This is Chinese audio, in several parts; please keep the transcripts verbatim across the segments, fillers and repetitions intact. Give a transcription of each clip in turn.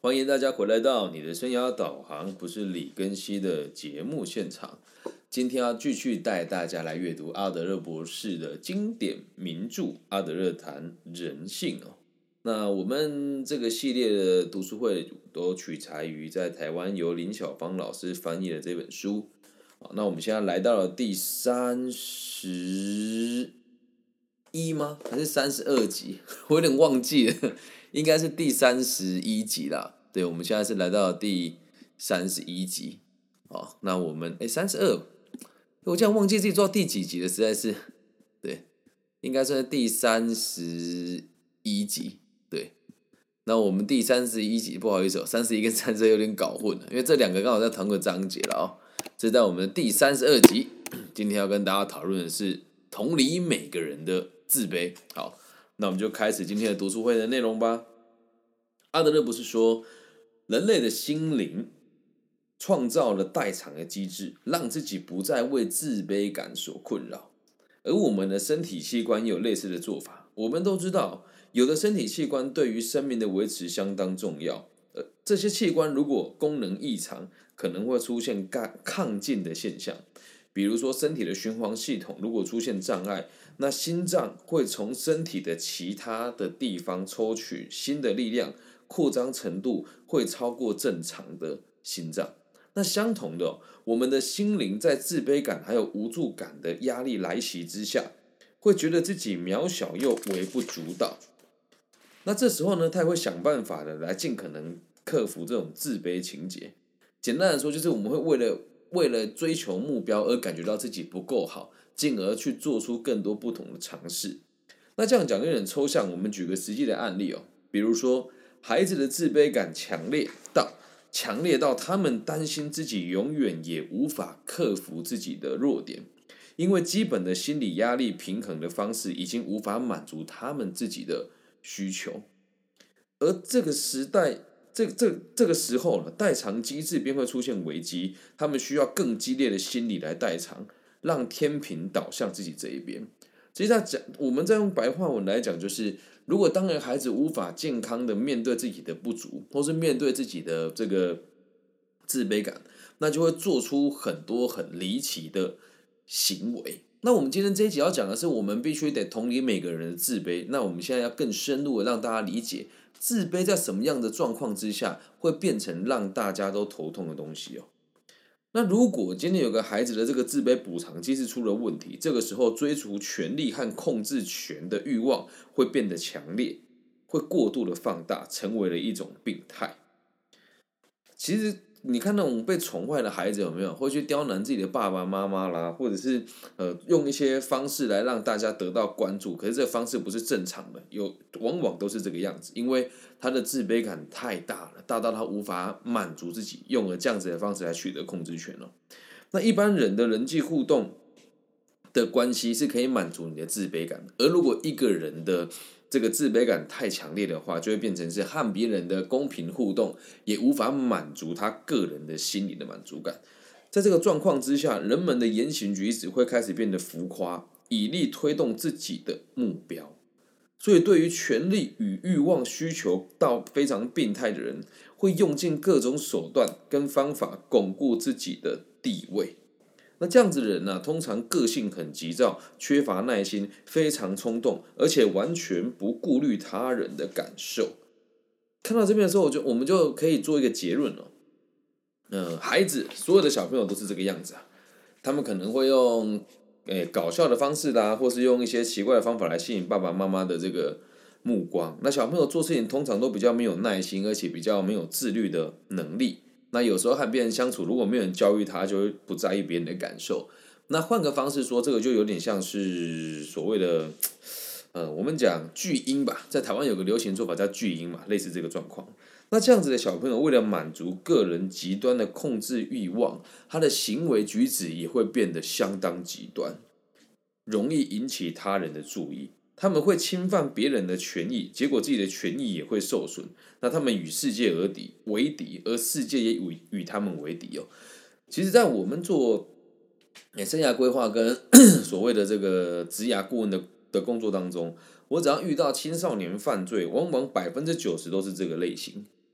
欢迎大家回来到你的生涯导航，不是李根熙的节目现场。今天要继续带大家来阅读阿德勒博士的经典名著《阿德勒谈人性》哦。那我们这个系列的读书会都取材于在台湾由林晓芳老师翻译的这本书。那我们现在来到了第三十一吗？还是三十二集？我有点忘记了，应该是第三十一集啦。对，我们现在是来到第三十一集。哦，那我们哎三十二，我竟然忘记自己做到第几集了，实在是对，应该算是第三十一集。对，那我们第三十一集，不好意思哦，三十一跟三十二有点搞混了，因为这两个刚好在同个章节了哦。这是在我们的第三十二集，今天要跟大家讨论的是同理每个人的自卑。好，那我们就开始今天的读书会的内容吧。阿德勒不是说，人类的心灵创造了代偿的机制，让自己不再为自卑感所困扰，而我们的身体器官也有类似的做法。我们都知道，有的身体器官对于生命的维持相当重要，呃，这些器官如果功能异常，可能会出现亢进的现象。比如说，身体的循环系统如果出现障碍，那心脏会从身体的其他的地方抽取新的力量，扩张程度会超过正常的心脏。那相同的、哦，我们的心灵在自卑感还有无助感的压力来袭之下，会觉得自己渺小又微不足道。那这时候呢，他也会想办法的来尽可能克服这种自卑情节。简单来说，就是我们会为了为了追求目标而感觉到自己不够好，进而去做出更多不同的尝试。那这样讲有点抽象，我们举个实际的案例哦，比如说孩子的自卑感强烈到强烈到他们担心自己永远也无法克服自己的弱点，因为基本的心理压力平衡的方式已经无法满足他们自己的需求。而这个时代，这这这个时候呢，代偿机制便会出现危机，他们需要更激烈的心理来代偿，让天平倒向自己这一边。其实在讲，我们在用白话文来讲，就是如果当然孩子无法健康的面对自己的不足，或是面对自己的这个自卑感，那就会做出很多很离奇的行为。那我们今天这一集要讲的是，我们必须得同理每个人的自卑。那我们现在要更深入的让大家理解，自卑在什么样的状况之下会变成让大家都头痛的东西哦。那如果今天有个孩子的这个自卑补偿机制出了问题，这个时候追逐权力和控制权的欲望会变得强烈，会过度的放大，成为了一种病态。其实你看那种被宠坏的孩子有没有会去刁难自己的爸爸妈妈啦，或者是呃用一些方式来让大家得到关注，可是这个方式不是正常的，有往往都是这个样子，因为他的自卑感太大了，大到他无法满足自己，用了这样子的方式来取得控制权了。那一般人的人际互动的关系是可以满足你的自卑感，而如果一个人的这个自卑感太强烈的话，就会变成是和别人的公平互动也无法满足他个人的心理的满足感。在这个状况之下，人们的言行举止会开始变得浮夸，以力推动自己的目标。所以对于权力与欲望需求到非常病态的人，会用尽各种手段跟方法巩固自己的地位。那这样子的人呢、啊，通常个性很急躁，缺乏耐心，非常冲动，而且完全不顾虑他人的感受。看到这边的时候，我就我们就可以做一个结论了。呃，孩子，所有的小朋友都是这个样子啊，他们可能会用诶搞笑的方式啦，或是用一些奇怪的方法来吸引爸爸妈妈的这个目光。那小朋友做事情通常都比较没有耐心，而且比较没有自律的能力。那有时候和别人相处，如果没有人教育他，就会不在意别人的感受。那换个方式说，这个就有点像是所谓的，呃，我们讲巨婴吧，在台湾有个流行做法叫巨婴嘛，类似这个状况。那这样子的小朋友，为了满足个人极端的控制欲望，他的行为举止也会变得相当极端，容易引起他人的注意。他们会侵犯别人的权益，结果自己的权益也会受损。那他们与世界而敌为敌，而世界也与与他们为敌哦。其实，在我们做生涯规划跟所谓的这个职涯顾问的的工作当中，我只要遇到青少年犯罪，往往百分之九十都是这个类型，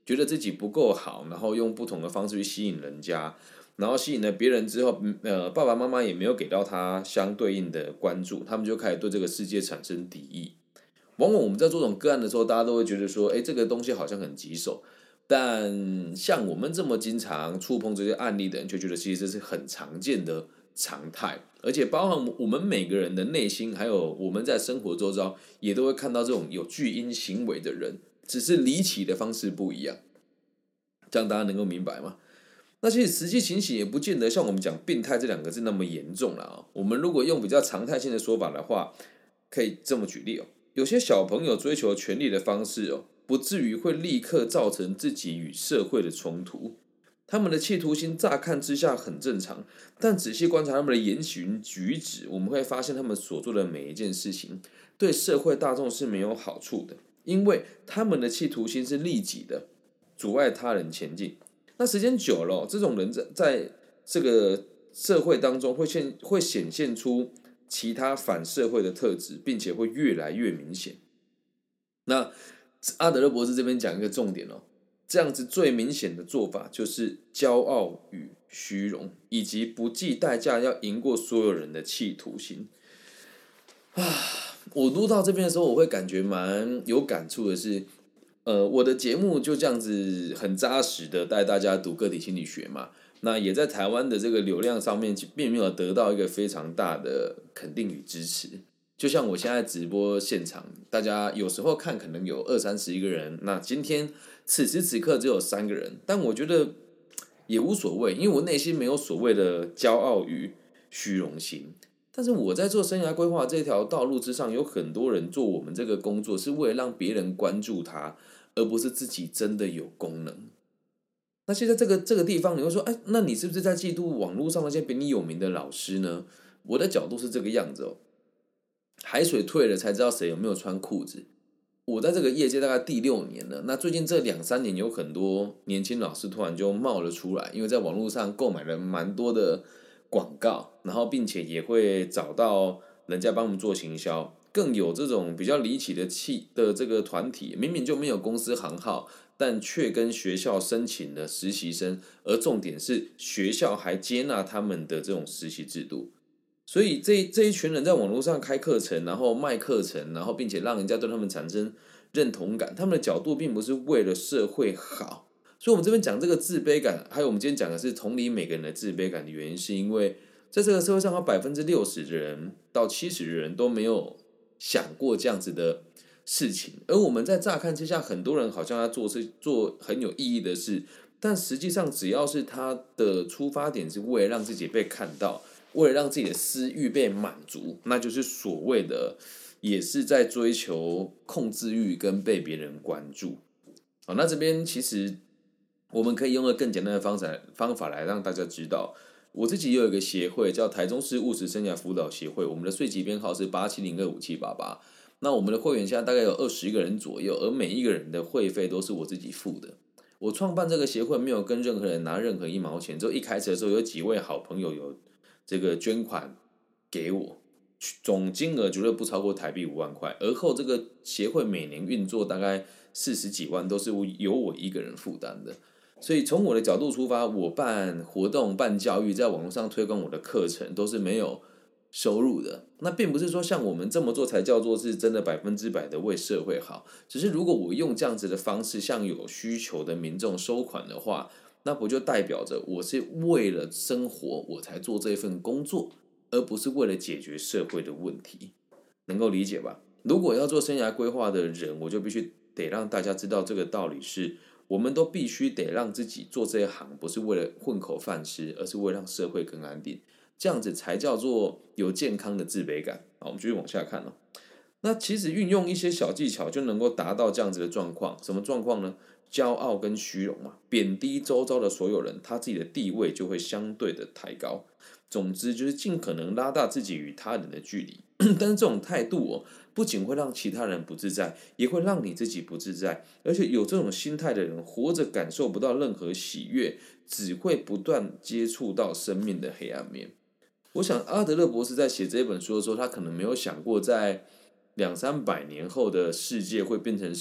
觉得自己不够好，然后用不同的方式去吸引人家，然后吸引了别人之后，呃，爸爸妈妈也没有给到他相对应的关注，他们就开始对这个世界产生敌意。往往我们在做这种个案的时候，大家都会觉得说，哎，这个东西好像很棘手。但像我们这么经常触碰这些案例的人，就觉得其实这是很常见的常态，而且包含我们每个人的内心，还有我们在生活周遭，也都会看到这种有巨婴行为的人，只是离奇的方式不一样。这样大家能够明白吗？那其实实际情形也不见得像我们讲病态这两个字那么严重了啊。我们如果用比较常态性的说法的话，可以这么举例哦。有些小朋友追求权力的方式哦，不至于会立刻造成自己与社会的冲突。他们的企图心乍看之下很正常，但仔细观察他们的言行举止，我们会发现他们所做的每一件事情对社会大众是没有好处的，因为他们的企图心是利己的，阻碍他人前进。那时间久了，这种人在在这个社会当中会现会显现出其他反社会的特质，并且会越来越明显。那阿德勒博士这边讲一个重点哦，这样子最明显的做法就是骄傲与虚荣，以及不计代价要赢过所有人的企图心。啊，我录到这边的时候，我会感觉蛮有感触的是，呃，我的节目就这样子很扎实的带大家读个体心理学嘛，那也在台湾的这个流量上面，并没有得到一个非常大的肯定与支持。就像我现在直播现场，大家有时候看可能有二三十一个人，那今天此时此刻只有三个人，但我觉得也无所谓，因为我内心没有所谓的骄傲与虚荣心。但是我在做生涯规划这条道路之上，有很多人做我们这个工作是为了让别人关注他，而不是自己真的有功能。那现在这个这个地方，你会说，哎，那你是不是在嫉妒网络上那些比你有名的老师呢？我的角度是这个样子哦。海水退了才知道谁有没有穿裤子。我在这个业界大概第六年了，那最近这两三年有很多年轻老师突然就冒了出来，因为在网络上购买了蛮多的广告，然后并且也会找到人家帮我们做行销，更有这种比较离奇的气的这个团体，明明就没有公司行号，但却跟学校申请了实习生，而重点是学校还接纳他们的这种实习制度。所以这这一群人在网络上开课程，然后卖课程，然后并且让人家对他们产生认同感，他们的角度并不是为了社会好。所以我们这边讲这个自卑感，还有我们今天讲的是同理每个人的自卑感的原因，是因为在这个社会上，有百分之六十的人到七十的人都没有想过这样子的事情，而我们在乍看之下，很多人好像要做是做很有意义的事，但实际上只要是他的出发点是为了让自己被看到，为了让自己的私欲被满足，那就是所谓的也是在追求控制欲跟被别人关注。好，那这边其实我们可以用个更简单的方法方法来让大家知道，我自己也有一个协会叫台中市务实生涯辅导协会，我们的税籍编号是八七零二五七八八。那我们的会员现在大概有二十个人左右，而每一个人的会费都是我自己付的。我创办这个协会没有跟任何人拿任何一毛钱，就一开始的时候有几位好朋友有这个捐款给我，总金额绝对不超过台币五万块。而后这个协会每年运作大概四十几万，都是由我一个人负担的。所以从我的角度出发，我办活动、办教育，在网络上推广我的课程，都是没有收入的。那并不是说像我们这么做才叫做是真的百分之百的为社会好，只是如果我用这样子的方式向有需求的民众收款的话，那不就代表着我是为了生活我才做这份工作，而不是为了解决社会的问题，能够理解吧？如果要做生涯规划的人，我就必须得让大家知道这个道理是，我们都必须得让自己做这一行，不是为了混口饭吃，而是为了让社会更安定，这样子才叫做有健康的自卑感。好，我们继续往下看哦。那其实运用一些小技巧就能够达到这样子的状况，什么状况呢？骄傲跟虚荣嘛，贬低周遭的所有人，他自己的地位就会相对的抬高。总之就是尽可能拉大自己与他人的距离。但是这种态度哦，不仅会让其他人不自在，也会让你自己不自在。而且有这种心态的人，活着感受不到任何喜悦，只会不断接触到生命的黑暗面。我想阿德勒博士在写这本书的时候，他可能没有想过在两三百年后的世界会变成是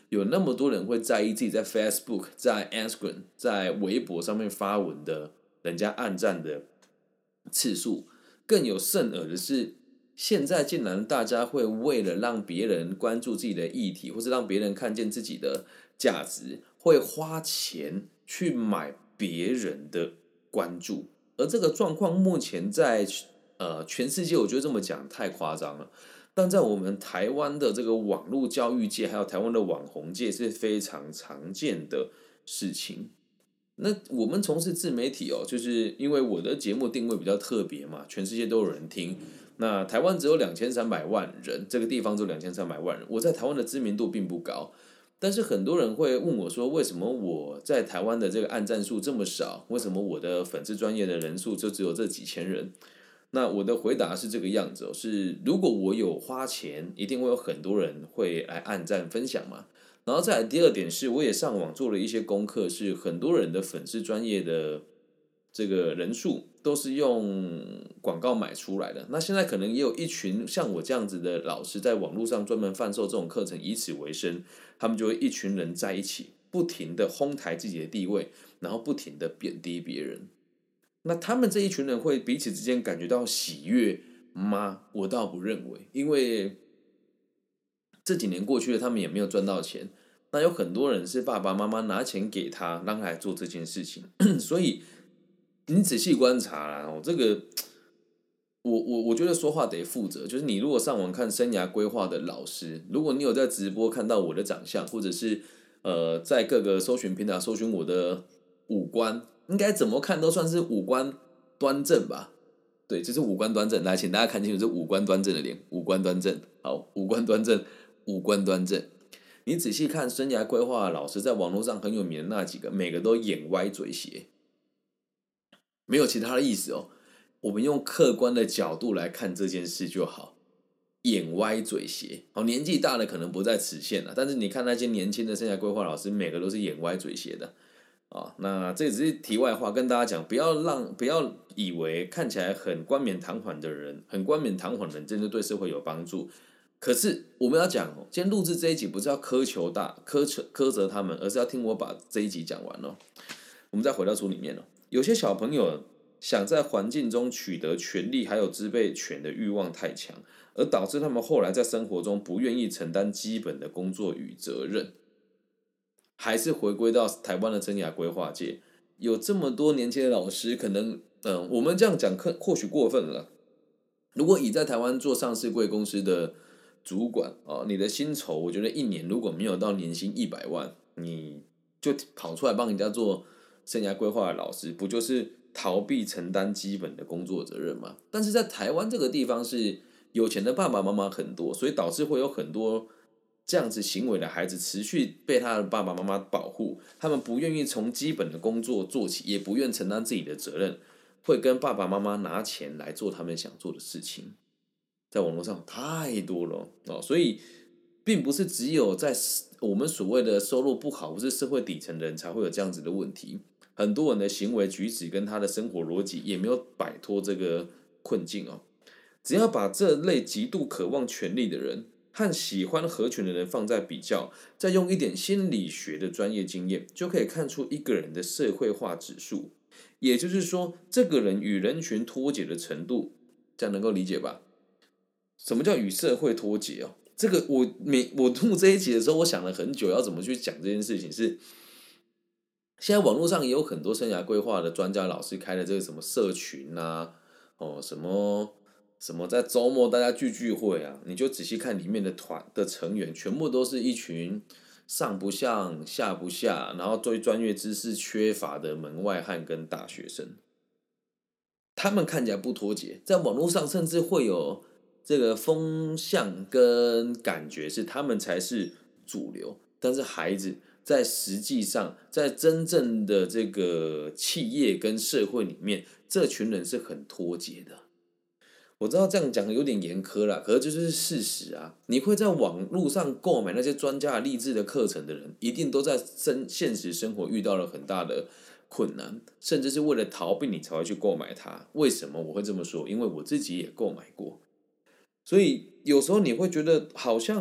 有那么多人会在意自己在 Facebook、在 Instagram、在微博上面发文的人家按赞的次数。更有甚而的是，现在竟然大家会为了让别人关注自己的议题，或是让别人看见自己的价值，会花钱去买别人的关注。而这个状况目前在呃全世界，我觉得这么讲太夸张了。但在我们台湾的这个网络教育界，还有台湾的网红界是非常常见的事情。那我们从事自媒体哦，就是因为我的节目定位比较特别嘛，全世界都有人听。那台湾只有两千三百万人，这个地方只有两千三百万人，我在台湾的知名度并不高。但是很多人会问我说，为什么我在台湾的这个按赞数这么少？为什么我的粉丝专业的人数就只有这几千人？那我的回答是这个样子哦，是如果我有花钱，一定会有很多人会来按赞分享嘛。然后再来第二点是，我也上网做了一些功课，是很多人的粉丝专业的这个人数都是用广告买出来的。那现在可能也有一群像我这样子的老师，在网络上专门贩售这种课程，以此为生。他们就会一群人在一起，不停的哄抬自己的地位，然后不停的贬低别人。那他们这一群人会彼此之间感觉到喜悦吗？我倒不认为，因为这几年过去了，他们也没有赚到钱。那有很多人是爸爸妈妈拿钱给他，让他来做这件事情。所以你仔细观察啦，我这个我我我觉得说话得负责，就是你如果上网看生涯规划的老师，如果你有在直播看到我的长相，或者是呃在各个搜寻平台搜寻我的五官，应该怎么看都算是五官端正吧？对，就是五官端正。来，请大家看清楚，这五官端正的脸，五官端正，好，五官端正，五官端正。你仔细看生涯规划的老师在网络上很有名的那几个，每个都眼歪嘴斜，没有其他的意思哦。我们用客观的角度来看这件事就好。眼歪嘴斜，好，年纪大了可能不在此限了，但是你看那些年轻的生涯规划老师，每个都是眼歪嘴斜的。啊，那这只是题外话，跟大家讲，不要让不要以为看起来很冠冕堂皇的人，很冠冕堂皇的人，真的对社会有帮助。可是我们要讲哦，今天录制这一集不是要苛求大苛求苛责他们，而是要听我把这一集讲完哦。我们再回到书里面哦，有些小朋友想在环境中取得权利还有支配权的欲望太强，而导致他们后来在生活中不愿意承担基本的工作与责任。还是回归到台湾的生涯规划界，有这么多年轻的老师，可能嗯，我们这样讲或许过分了。如果以在台湾做上市贵公司的主管哦，你的薪酬，我觉得一年如果没有到年薪一百万，你就跑出来帮人家做生涯规划的老师，不就是逃避承担基本的工作责任吗？但是在台湾这个地方是有钱的爸爸妈妈很多，所以导致会有很多这样子行为的孩子持续被他的爸爸妈妈保护，他们不愿意从基本的工作做起，也不愿承担自己的责任，会跟爸爸妈妈拿钱来做他们想做的事情。在网络上太多了哦，所以并不是只有在我们所谓的收入不好或是社会底层的人才会有这样子的问题，很多人的行为举止跟他的生活逻辑也没有摆脱这个困境哦。只要把这类极度渴望权力的人和喜欢合群的人放在比较，再用一点心理学的专业经验，就可以看出一个人的社会化指数，也就是说，这个人与人群脱节的程度，这样能够理解吧？什么叫与社会脱节哦？这个我每我录这一集的时候，我想了很久，要怎么去讲这件事情是。现在网络上也有很多生涯规划的专家老师开的这个什么社群啊，哦什么什么在周末大家聚聚会啊，你就仔细看里面的团的成员，全部都是一群上不上下不下，然后对专业知识缺乏的门外汉跟大学生。他们看起来不脱节，在网络上甚至会有这个风向跟感觉是他们才是主流，但是孩子在实际上，在真正的这个企业跟社会里面，这群人是很脱节的。我知道这样讲有点严苛啦，可是这就是事实啊！你会在网络上购买那些专家励志的课程的人，一定都在生现实生活遇到了很大的困难，甚至是为了逃避你才会去购买它。为什么我会这么说？因为我自己也购买过。所以有时候你会觉得好像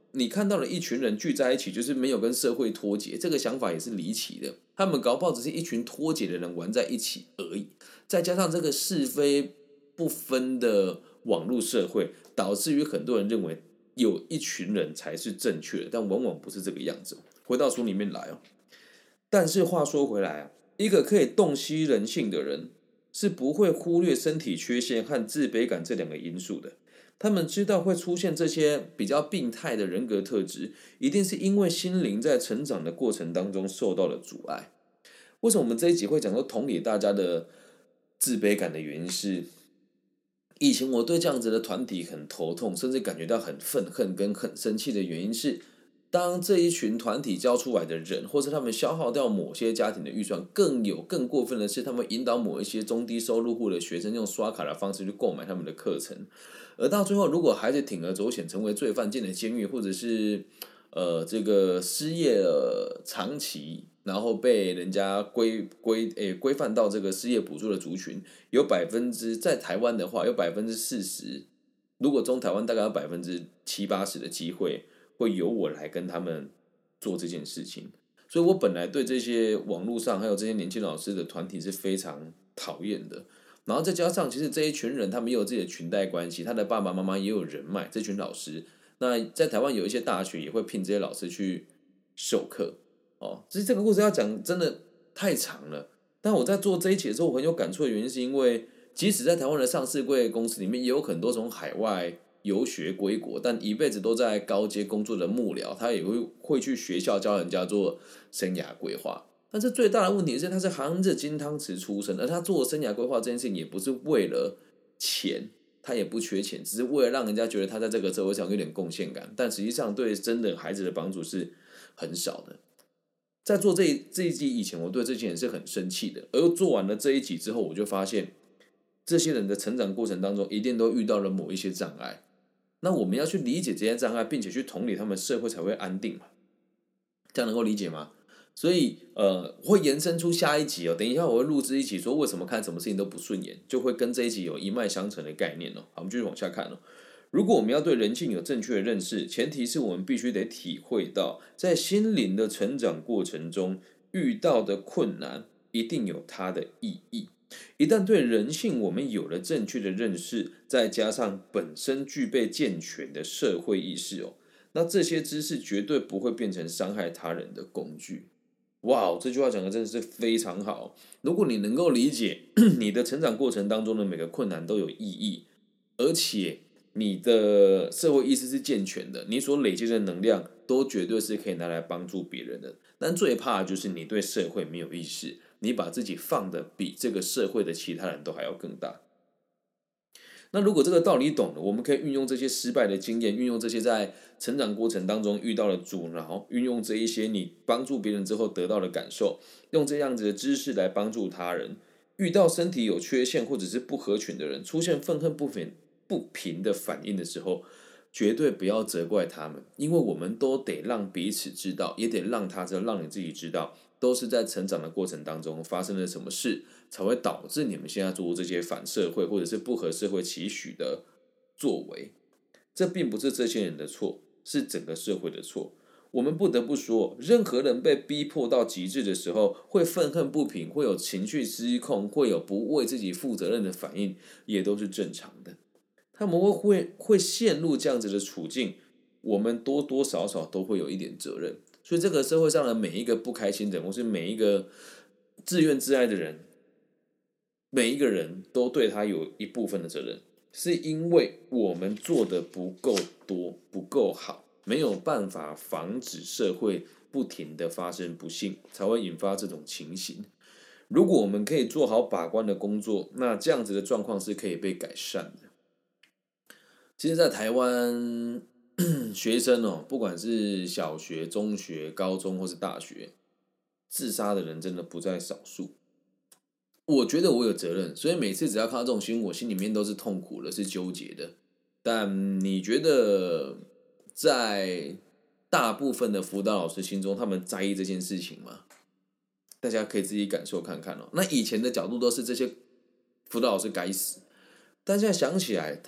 你看到了一群人聚在一起，就是没有跟社会脱节，这个想法也是离奇的。他们搞不好只是一群脱节的人玩在一起而已，再加上这个是非不分的网络社会，导致于很多人认为有一群人才是正确的，但往往不是这个样子。回到书里面来哦，但是话说回来啊，一个可以洞悉人性的人，是不会忽略身体缺陷和自卑感这两个因素的。他们知道会出现这些比较病态的人格特质，一定是因为心灵在成长的过程当中受到了阻碍。为什么我们这一集会讲到同理大家的自卑感的原因是，以前我对这样子的团体很头痛，甚至感觉到很愤恨跟很生气的原因是，当这一群团体教出来的人，或是他们消耗掉某些家庭的预算，更有更过分的是，他们引导某一些中低收入户的学生用刷卡的方式去购买他们的课程，而到最后，如果孩子铤而走险成为罪犯进了监狱，或者是呃这个失业了长期，然后被人家规规诶规范到这个失业补助的族群，有百分之在台湾的话，有百分之四十，如果中台湾大概有百分之七八十的机会。会由我来跟他们做这件事情，所以我本来对这些网络上还有这些年轻老师的团体是非常讨厌的。然后再加上，其实这一群人他们也有自己的裙带关系，他的爸爸妈妈也有人脉。这群老师，那在台湾有一些大学也会聘这些老师去授课。哦，其实这个故事要讲真的太长了。但我在做这一期的时候，我很有感触的原因是因为，即使在台湾的上市柜公司里面，也有很多从海外游学归国，但一辈子都在高阶工作的幕僚，他也会会去学校教人家做生涯规划。但是最大的问题是，他是含着金汤匙出生，而他做生涯规划这件事情也不是为了钱，他也不缺钱，只是为了让人家觉得他在这个社会上有点贡献感。但实际上对真的孩子的帮助是很少的。在做这一这一集以前，我对这些人是很生气的，而做完了这一集之后，我就发现这些人的成长过程当中，一定都遇到了某一些障碍。那我们要去理解这些障碍，并且去同理他们，社会才会安定嘛。这样能够理解吗？所以呃，会延伸出下一集哦。等一下我会录制一集，说为什么看什么事情都不顺眼，就会跟这一集有一脉相承的概念哦。好，我们继续往下看哦。如果我们要对人性有正确的认识，前提是我们必须得体会到，在心灵的成长过程中遇到的困难，一定有它的意义。一旦对人性我们有了正确的认识，再加上本身具备健全的社会意识哦，那这些知识绝对不会变成伤害他人的工具。哇，这句话讲的真的是非常好。如果你能够理解你的成长过程当中的每个困难都有意义，而且你的社会意识是健全的，你所累积的能量都绝对是可以拿来帮助别人的。但最怕的就是你对社会没有意识，你把自己放的比这个社会的其他人都还要更大。那如果这个道理懂了，我们可以运用这些失败的经验，运用这些在成长过程当中遇到的阻挠，运用这一些你帮助别人之后得到的感受，用这样子的知识来帮助他人。遇到身体有缺陷或者是不合群的人，出现愤恨不平不平的反应的时候，绝对不要责怪他们，因为我们都得让彼此知道，也得让他知道，让你自己知道，都是在成长的过程当中发生了什么事，才会导致你们现在做出这些反社会或者是不合社会期许的作为。这并不是这些人的错，是整个社会的错。我们不得不说，任何人被逼迫到极致的时候，会愤恨不平，会有情绪失控，会有不为自己负责任的反应，也都是正常的。他们会会会陷入这样子的处境，我们多多少少都会有一点责任。所以这个社会上的每一个不开心的人，或是每一个自怨自艾的人，每一个人都对他有一部分的责任，是因为我们做的不够多，不够好，没有办法防止社会不停的发生不幸，才会引发这种情形。如果我们可以做好把关的工作，那这样子的状况是可以被改善的。其实，在台湾，学生哦，不管是小学、中学、高中或是大学，自杀的人真的不在少数。我觉得我有责任，所以每次只要看到这种新闻，我心里面都是痛苦的，是纠结的。但你觉得，在大部分的辅导老师心中，他们在意这件事情吗？大家可以自己感受看看哦。那以前的角度都是这些辅导老师该死，但现在想起来，他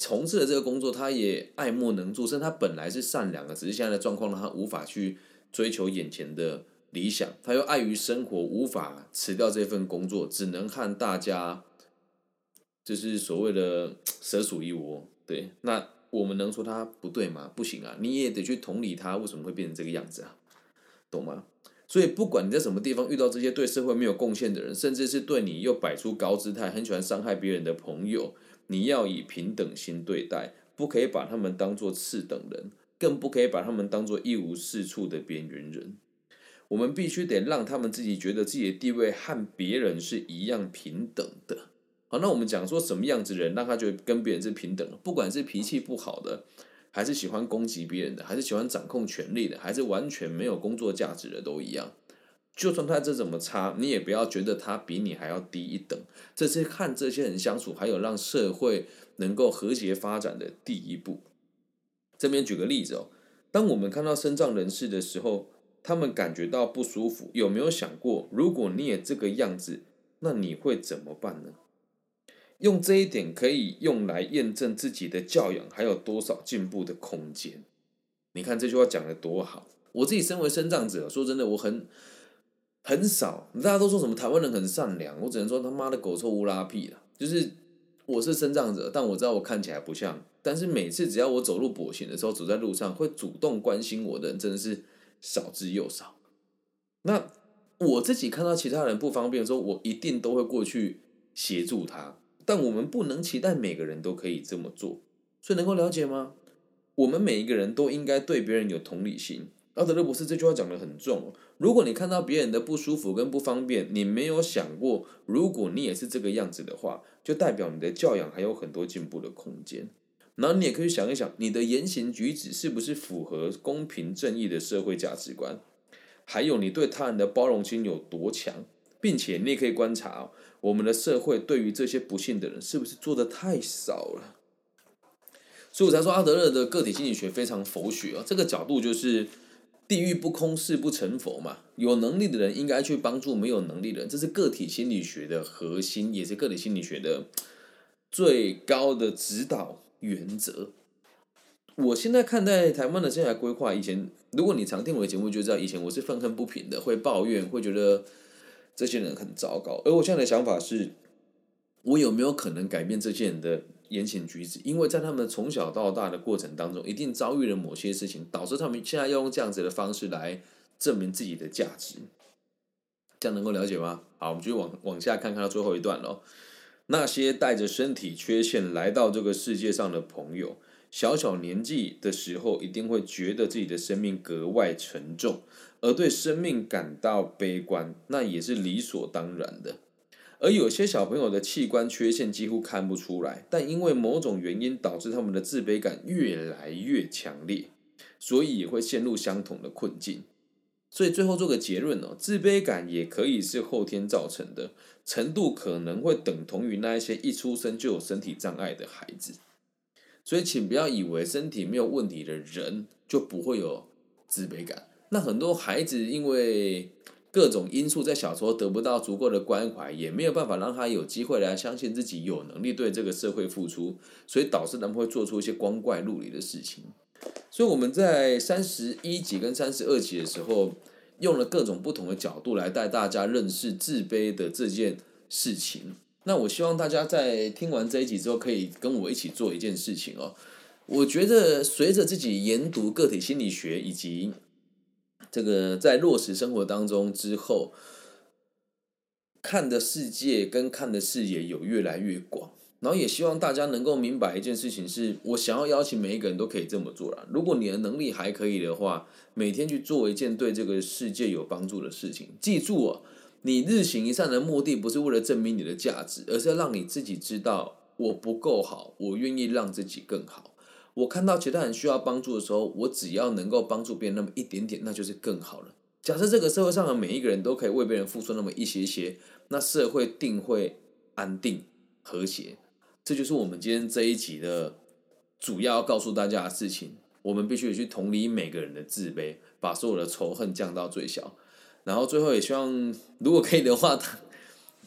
从事的这个工作，他也爱莫能助，甚至他本来是善良的，只是现在的状况让他无法去追求眼前的理想，他又碍于生活无法辞掉这份工作，只能和大家就是所谓的蛇鼠一窝。对，那我们能说他不对吗？不行啊，你也得去同理他为什么会变成这个样子啊，懂吗？所以不管你在什么地方遇到这些对社会没有贡献的人，甚至是对你又摆出高姿态、很喜欢伤害别人的朋友，你要以平等心对待，不可以把他们当作次等人，更不可以把他们当作一无是处的边缘人。我们必须得让他们自己觉得自己的地位和别人是一样平等的。好，那我们讲说什么样子的人让他觉得跟别人是平等的，不管是脾气不好的，还是喜欢攻击别人的，还是喜欢掌控权力的，还是完全没有工作价值的，都一样。就算他这怎么差，你也不要觉得他比你还要低一等。这是和这些人相处，还有让社会能够和谐发展的第一步。这边举个例子哦，当我们看到身障人士的时候，他们感觉到不舒服，有没有想过，如果你也这个样子，那你会怎么办呢？用这一点可以用来验证自己的教养还有多少进步的空间。你看这句话讲得多好！我自己身为身障者，说真的，我很很少，大家都说什么台湾人很善良，我只能说他妈的狗臭乌拉屁啦。就是我是身障者，但我知道我看起来不像，但是每次只要我走路跛行的时候，走在路上会主动关心我的人真的是少之又少。那我自己看到其他人不方便的时候，我一定都会过去协助他。但我们不能期待每个人都可以这么做，所以能够了解吗？我们每一个人都应该对别人有同理心。阿德勒博士这句话讲得很重哦。如果你看到别人的不舒服跟不方便，你没有想过，如果你也是这个样子的话，就代表你的教养还有很多进步的空间。然后你也可以想一想，你的言行举止是不是符合公平正义的社会价值观，还有你对他人的包容心有多强，并且你也可以观察哦，我们的社会对于这些不幸的人是不是做得太少了？所以我才说阿德勒的个体心理学非常佛学啊，这个角度就是地狱不空，誓不成佛嘛。有能力的人应该去帮助没有能力的人，这是个体心理学的核心，也是个体心理学的最高的指导原则。我现在看待台湾的生涯规划，以前如果你常听我的节目就知道，以前我是愤恨不平的，会抱怨，会觉得这些人很糟糕。而我现在的想法是，我有没有可能改变这些人的言行举止？因为在他们从小到大的过程当中，一定遭遇了某些事情，导致他们现在要用这样子的方式来证明自己的价值。这样能够了解吗？好，我们就往往下看看到最后一段咯。那些带着身体缺陷来到这个世界上的朋友，小小年纪的时候一定会觉得自己的生命格外沉重，而对生命感到悲观，那也是理所当然的。而有些小朋友的器官缺陷几乎看不出来，但因为某种原因导致他们的自卑感越来越强烈，所以也会陷入相同的困境。所以最后做个结论哦，自卑感也可以是后天造成的，程度可能会等同于那一些一出生就有身体障碍的孩子。所以请不要以为身体没有问题的人就不会有自卑感。那很多孩子因为各种因素在小时候得不到足够的关怀，也没有办法让他有机会来相信自己有能力对这个社会付出，所以导致他们会做出一些光怪陆离的事情。所以我们在三十一集跟三十二集的时候，用了各种不同的角度来带大家认识自卑的这件事情。那我希望大家在听完这一集之后，可以跟我一起做一件事情哦。我觉得随着自己研读个体心理学，以及这个在落实生活当中之后，看的世界跟看的视野有越来越广。然后也希望大家能够明白一件事情是，我想要邀请每一个人都可以这么做啦。如果你的能力还可以的话，每天去做一件对这个世界有帮助的事情。记住哦，你日行一善的目的不是为了证明你的价值，而是要让你自己知道我不够好，我愿意让自己更好。我看到其他人需要帮助的时候，我只要能够帮助别人那么一点点，那就是更好了。假设这个社会上的每一个人都可以为别人付出那么一些些，那社会定会安定和谐。这就是我们今天这一集的主要要告诉大家的事情。我们必须去同理每个人的自卑，把所有的仇恨降到最小。然后最后也希望，如果可以的话，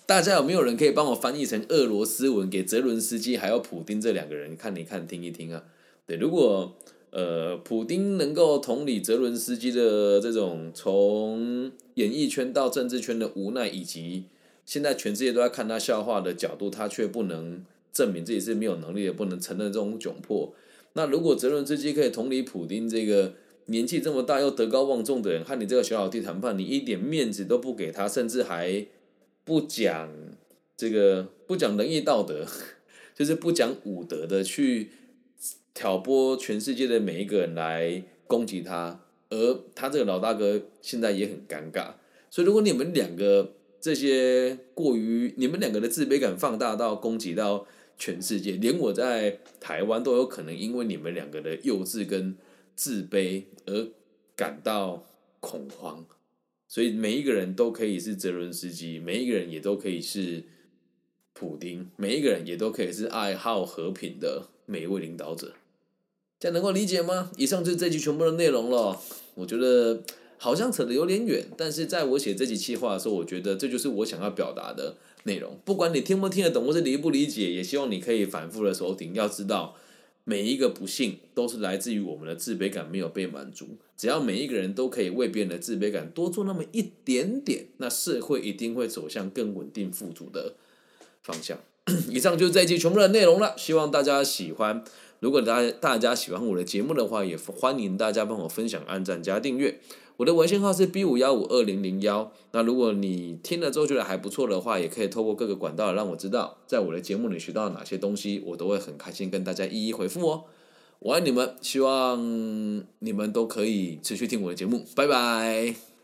大家有没有人可以帮我翻译成俄罗斯文给泽伦斯基还有普丁这两个人看一看听一听啊？对，如果呃普丁能够同理泽伦斯基的这种从演艺圈到政治圈的无奈，以及现在全世界都在看他笑话的角度，他却不能证明自己是没有能力的，不能承认这种窘迫。那如果泽伦斯基可以同理普丁这个年纪这么大又德高望重的人，和你这个小老弟谈判，你一点面子都不给他，甚至还不讲这个不讲仁义道德，就是不讲武德的去挑拨全世界的每一个人来攻击他，而他这个老大哥现在也很尴尬。所以如果你们两个这些过于你们两个的自卑感放大到攻击到全世界，连我在台湾都有可能因为你们两个的幼稚跟自卑而感到恐慌。所以每一个人都可以是泽伦斯基，每一个人也都可以是普丁，每一个人也都可以是爱好和平的每一位领导者。这样能够理解吗？以上就是这集全部的内容了。我觉得好像扯得有点远，但是在我写这集企划的时候，我觉得这就是我想要表达的内容。不管你听不听得懂，或是理不理解，也希望你可以反复的收听。要知道，每一个不幸都是来自于我们的自卑感没有被满足。只要每一个人都可以为别人的自卑感多做那么一点点，那社会一定会走向更稳定富足的方向。以上就是这一集全部的内容了，希望大家喜欢。如果大家大家喜欢我的节目的话，也欢迎大家帮我分享、按赞加订阅。我的微信号是 B 五一五二零零一。那如果你听了之后觉得还不错的话，也可以透过各个管道让我知道，在我的节目里学到哪些东西，我都会很开心跟大家一一回复哦。我爱你们，希望你们都可以持续听我的节目，拜拜。